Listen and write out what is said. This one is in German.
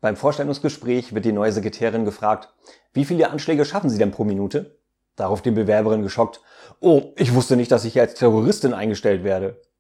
Beim Vorstellungsgespräch wird die neue Sekretärin gefragt, wie viele Anschläge schaffen Sie denn pro Minute? Darauf die Bewerberin geschockt, oh, ich wusste nicht, dass ich als Terroristin eingestellt werde.